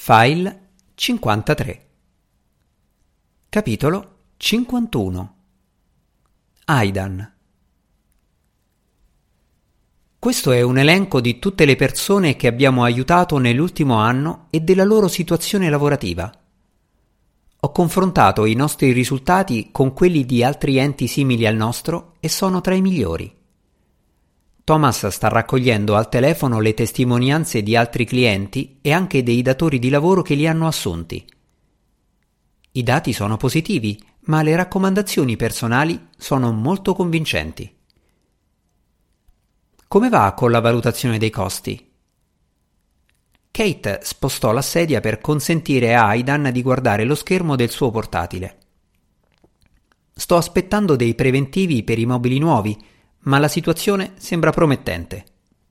File 53. Capitolo 51. Aidan. Questo è un elenco di tutte le persone che abbiamo aiutato nell'ultimo anno e della loro situazione lavorativa. Ho confrontato i nostri risultati con quelli di altri enti simili al nostro e sono tra i migliori. Thomas sta raccogliendo al telefono le testimonianze di altri clienti e anche dei datori di lavoro che li hanno assunti. I dati sono positivi, ma le raccomandazioni personali sono molto convincenti. Come va con la valutazione dei costi? Kate spostò la sedia per consentire a Aidan di guardare lo schermo del suo portatile. Sto aspettando dei preventivi per i mobili nuovi, ma la situazione sembra promettente.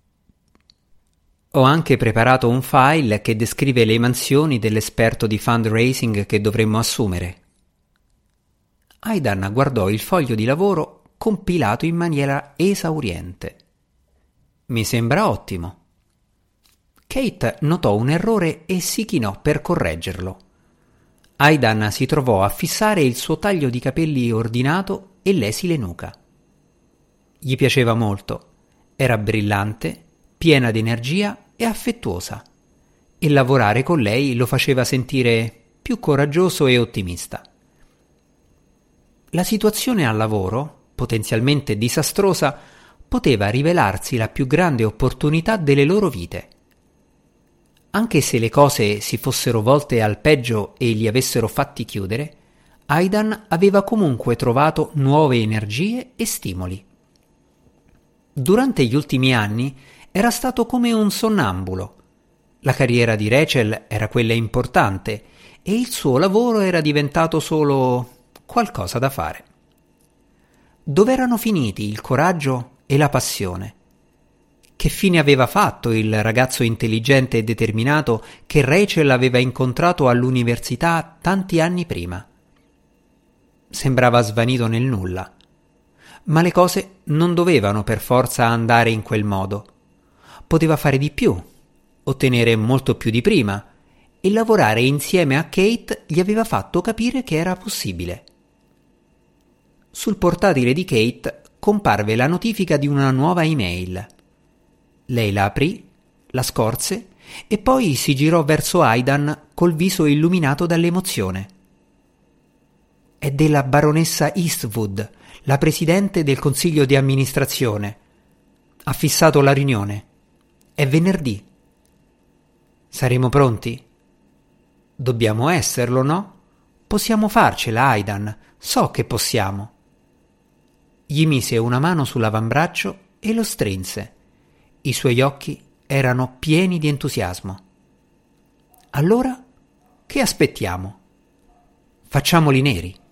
Ho anche preparato un file che descrive le mansioni dell'esperto di fundraising che dovremmo assumere. Aidan guardò il foglio di lavoro compilato in maniera esauriente. Mi sembra ottimo. Kate notò un errore e si chinò per correggerlo. Aidan si trovò a fissare il suo taglio di capelli ordinato e l'esile nuca. Gli piaceva molto, era brillante, piena di energia e affettuosa, e lavorare con lei lo faceva sentire più coraggioso e ottimista. La situazione al lavoro, potenzialmente disastrosa, poteva rivelarsi la più grande opportunità delle loro vite. Anche se le cose si fossero volte al peggio e li avessero fatti chiudere, Aidan aveva comunque trovato nuove energie e stimoli. Durante gli ultimi anni era stato come un sonnambulo. La carriera di Rachel era quella importante e il suo lavoro era diventato solo qualcosa da fare. Dov'erano finiti il coraggio e la passione? Che fine aveva fatto il ragazzo intelligente e determinato che Rachel aveva incontrato all'università tanti anni prima? Sembrava svanito nel nulla. Ma le cose non dovevano per forza andare in quel modo. Poteva fare di più, ottenere molto più di prima, e lavorare insieme a Kate gli aveva fatto capire che era possibile. Sul portatile di Kate comparve la notifica di una nuova email. Lei la aprì, la scorse e poi si girò verso Aidan col viso illuminato dall'emozione. È della baronessa Eastwood, la presidente del consiglio di amministrazione. Ha fissato la riunione. È venerdì. Saremo pronti? Dobbiamo esserlo, no? Possiamo farcela, Aidan. So che possiamo. Gli mise una mano sull'avambraccio e lo strinse. I suoi occhi erano pieni di entusiasmo. Allora, che aspettiamo? Facciamoli neri.